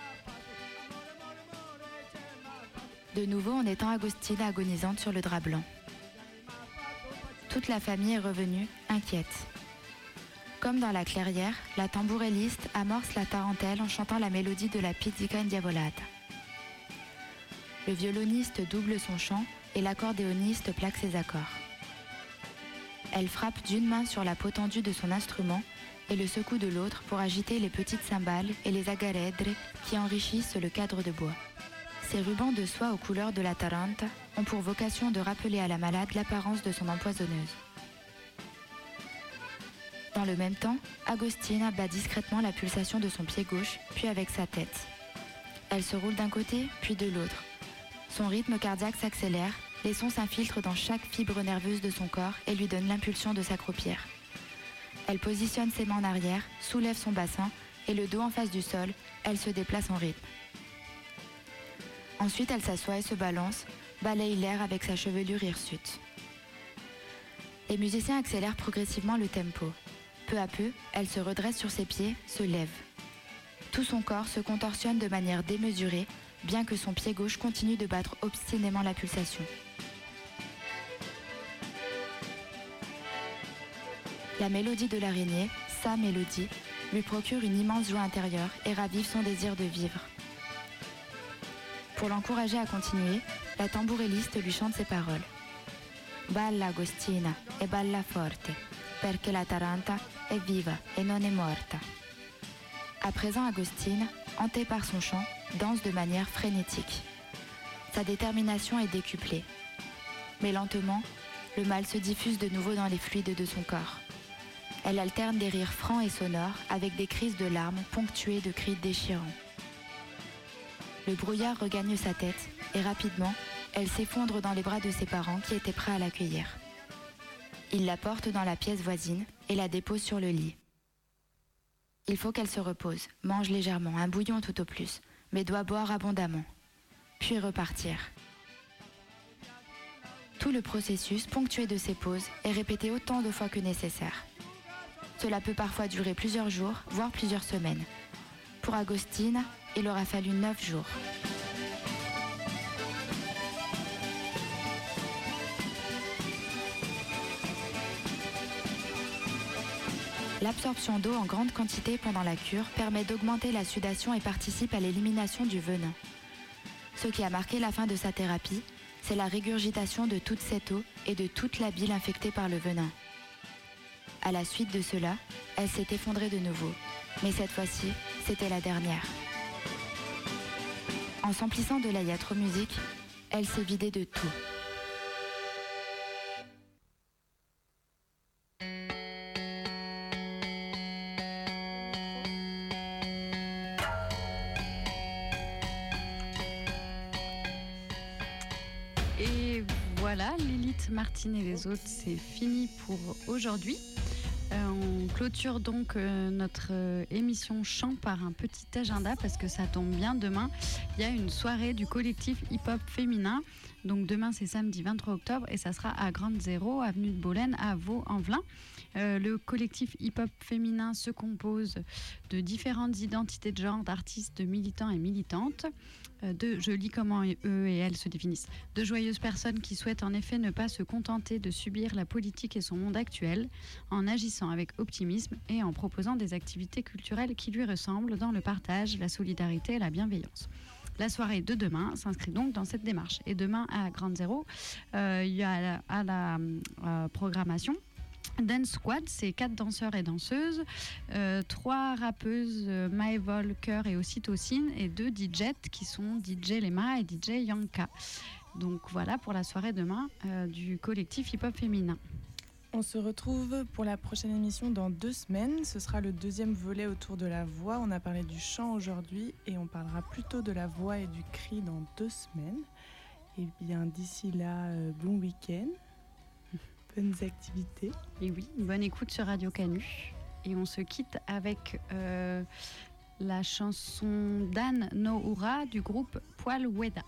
De nouveau, on étend Agostine agonisante sur le drap blanc. Toute la famille est revenue, inquiète. Comme dans la clairière, la tambourelliste amorce la tarentelle en chantant la mélodie de la pizzica indiavolata. Le violoniste double son chant et l'accordéoniste plaque ses accords. Elle frappe d'une main sur la peau tendue de son instrument et le secoue de l'autre pour agiter les petites cymbales et les agaredre qui enrichissent le cadre de bois. Ces rubans de soie aux couleurs de la Taranta ont pour vocation de rappeler à la malade l'apparence de son empoisonneuse. Dans le même temps, Agostine bat discrètement la pulsation de son pied gauche, puis avec sa tête. Elle se roule d'un côté, puis de l'autre. Son rythme cardiaque s'accélère, les sons s'infiltrent dans chaque fibre nerveuse de son corps et lui donnent l'impulsion de s'accroupir. Elle positionne ses mains en arrière, soulève son bassin et le dos en face du sol, elle se déplace en rythme. Ensuite, elle s'assoit et se balance, balaye l'air avec sa chevelure hirsute. Les musiciens accélèrent progressivement le tempo. Peu à peu, elle se redresse sur ses pieds, se lève. Tout son corps se contorsionne de manière démesurée, bien que son pied gauche continue de battre obstinément la pulsation. La mélodie de l'araignée, sa mélodie, lui procure une immense joie intérieure et ravive son désir de vivre. Pour l'encourager à continuer, la tambourelliste lui chante ces paroles. Balla Agostina e balla forte, perché la Taranta è viva e non è morta. À présent, Agostine, hantée par son chant, danse de manière frénétique. Sa détermination est décuplée. Mais lentement, le mal se diffuse de nouveau dans les fluides de son corps. Elle alterne des rires francs et sonores avec des crises de larmes ponctuées de cris déchirants. Le brouillard regagne sa tête et rapidement, elle s'effondre dans les bras de ses parents qui étaient prêts à l'accueillir. Ils la portent dans la pièce voisine et la déposent sur le lit. Il faut qu'elle se repose, mange légèrement, un bouillon tout au plus, mais doit boire abondamment, puis repartir. Tout le processus, ponctué de ces pauses, est répété autant de fois que nécessaire. Cela peut parfois durer plusieurs jours, voire plusieurs semaines. Pour Agostine, il aura fallu 9 jours. L'absorption d'eau en grande quantité pendant la cure permet d'augmenter la sudation et participe à l'élimination du venin. Ce qui a marqué la fin de sa thérapie, c'est la régurgitation de toute cette eau et de toute la bile infectée par le venin. À la suite de cela, elle s'est effondrée de nouveau, mais cette fois-ci, c'était la dernière. En s'emplissant de la iatromusique, elle s'est vidée de tout. Et voilà, Lilith, Martine et les autres, c'est fini pour aujourd'hui. On clôture donc notre émission chant par un petit agenda parce que ça tombe bien. Demain, il y a une soirée du collectif hip-hop féminin. Donc demain, c'est samedi 23 octobre et ça sera à Grande Zéro, avenue de Bolène, à Vaux-en-Velin. Le collectif hip-hop féminin se compose de différentes identités de genre, d'artistes, de militants et militantes. Je lis comment eux et elles se définissent. De joyeuses personnes qui souhaitent en effet ne pas se contenter de subir la politique et son monde actuel, en agissant avec optimisme et en proposant des activités culturelles qui lui ressemblent dans le partage, la solidarité et la bienveillance. La soirée de demain s'inscrit donc dans cette démarche. Et demain, à Grande Zéro, il y a à la programmation Dance Squad, c'est 4 danseurs et danseuses, 3 rappeuses, Maëvol, Cœur et Ocytocine, et 2 DJs qui sont DJ Lema et DJ Yanka. Donc voilà pour la soirée demain du collectif hip-hop féminin. On se retrouve pour la prochaine émission dans 2 semaines. Ce sera le 2e volet autour de la voix. On a parlé du chant aujourd'hui et on parlera plutôt de la voix et du cri dans 2 semaines. Et bien d'ici là, bon week-end. Bonnes activités. Et oui, bonne écoute sur Radio Canu. Et on se quitte avec la chanson d'Anne Noura du groupe Poil Weda.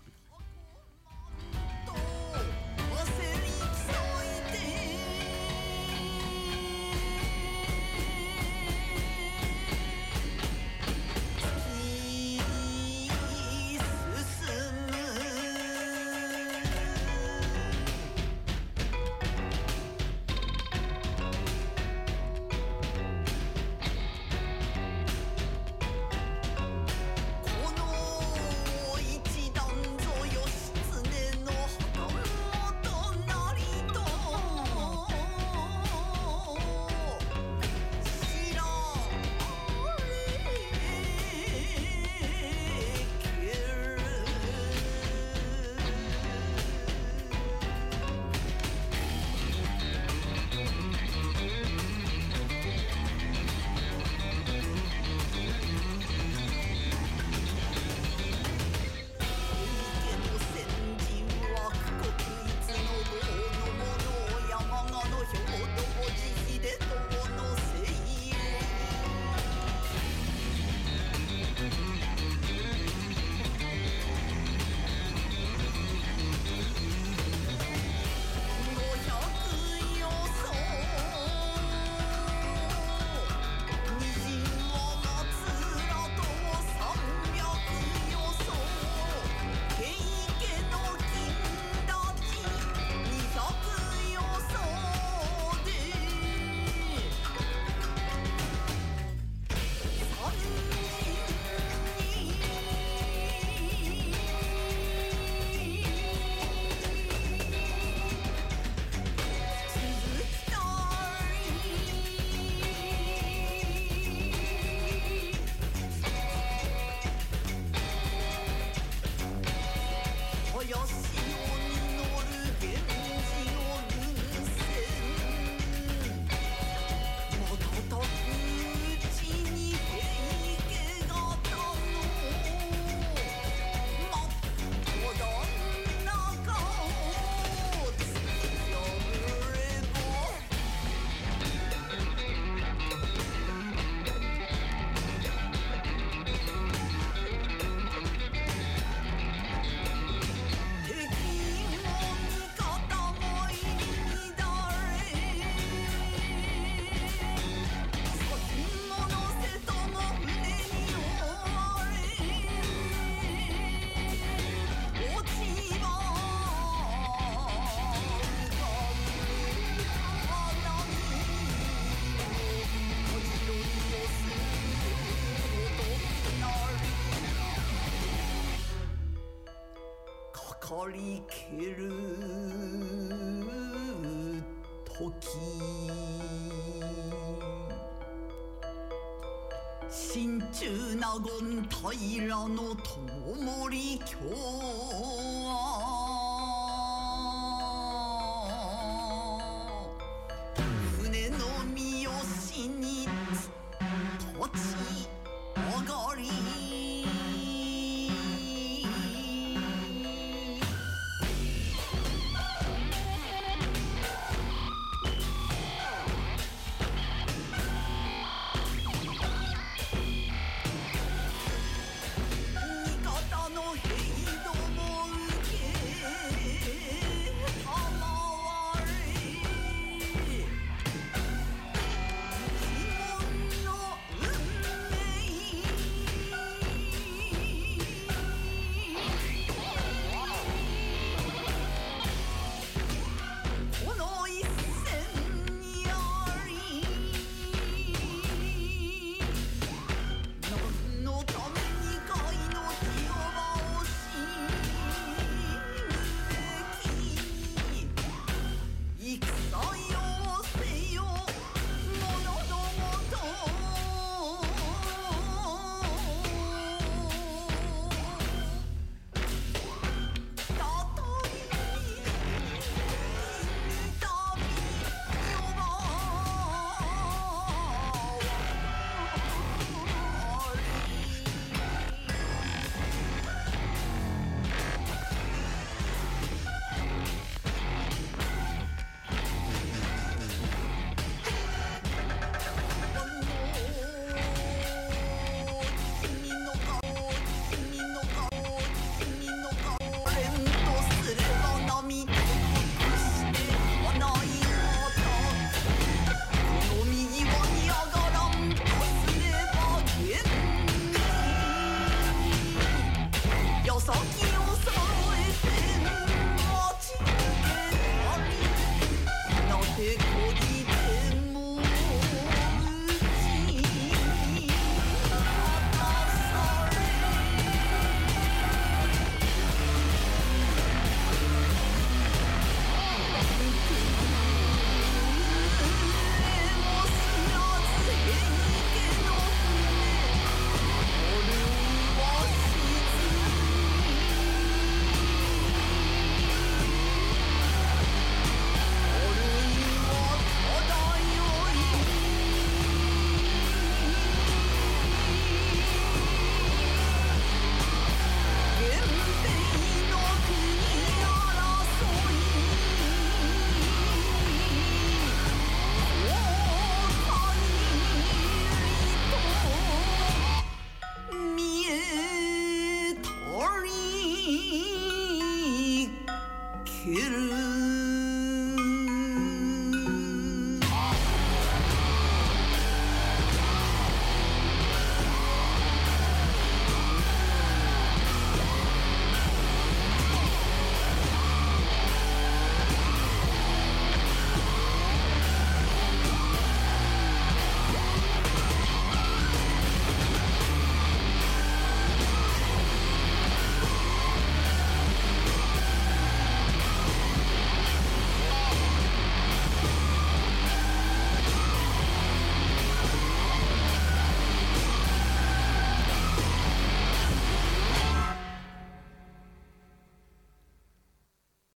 Yürü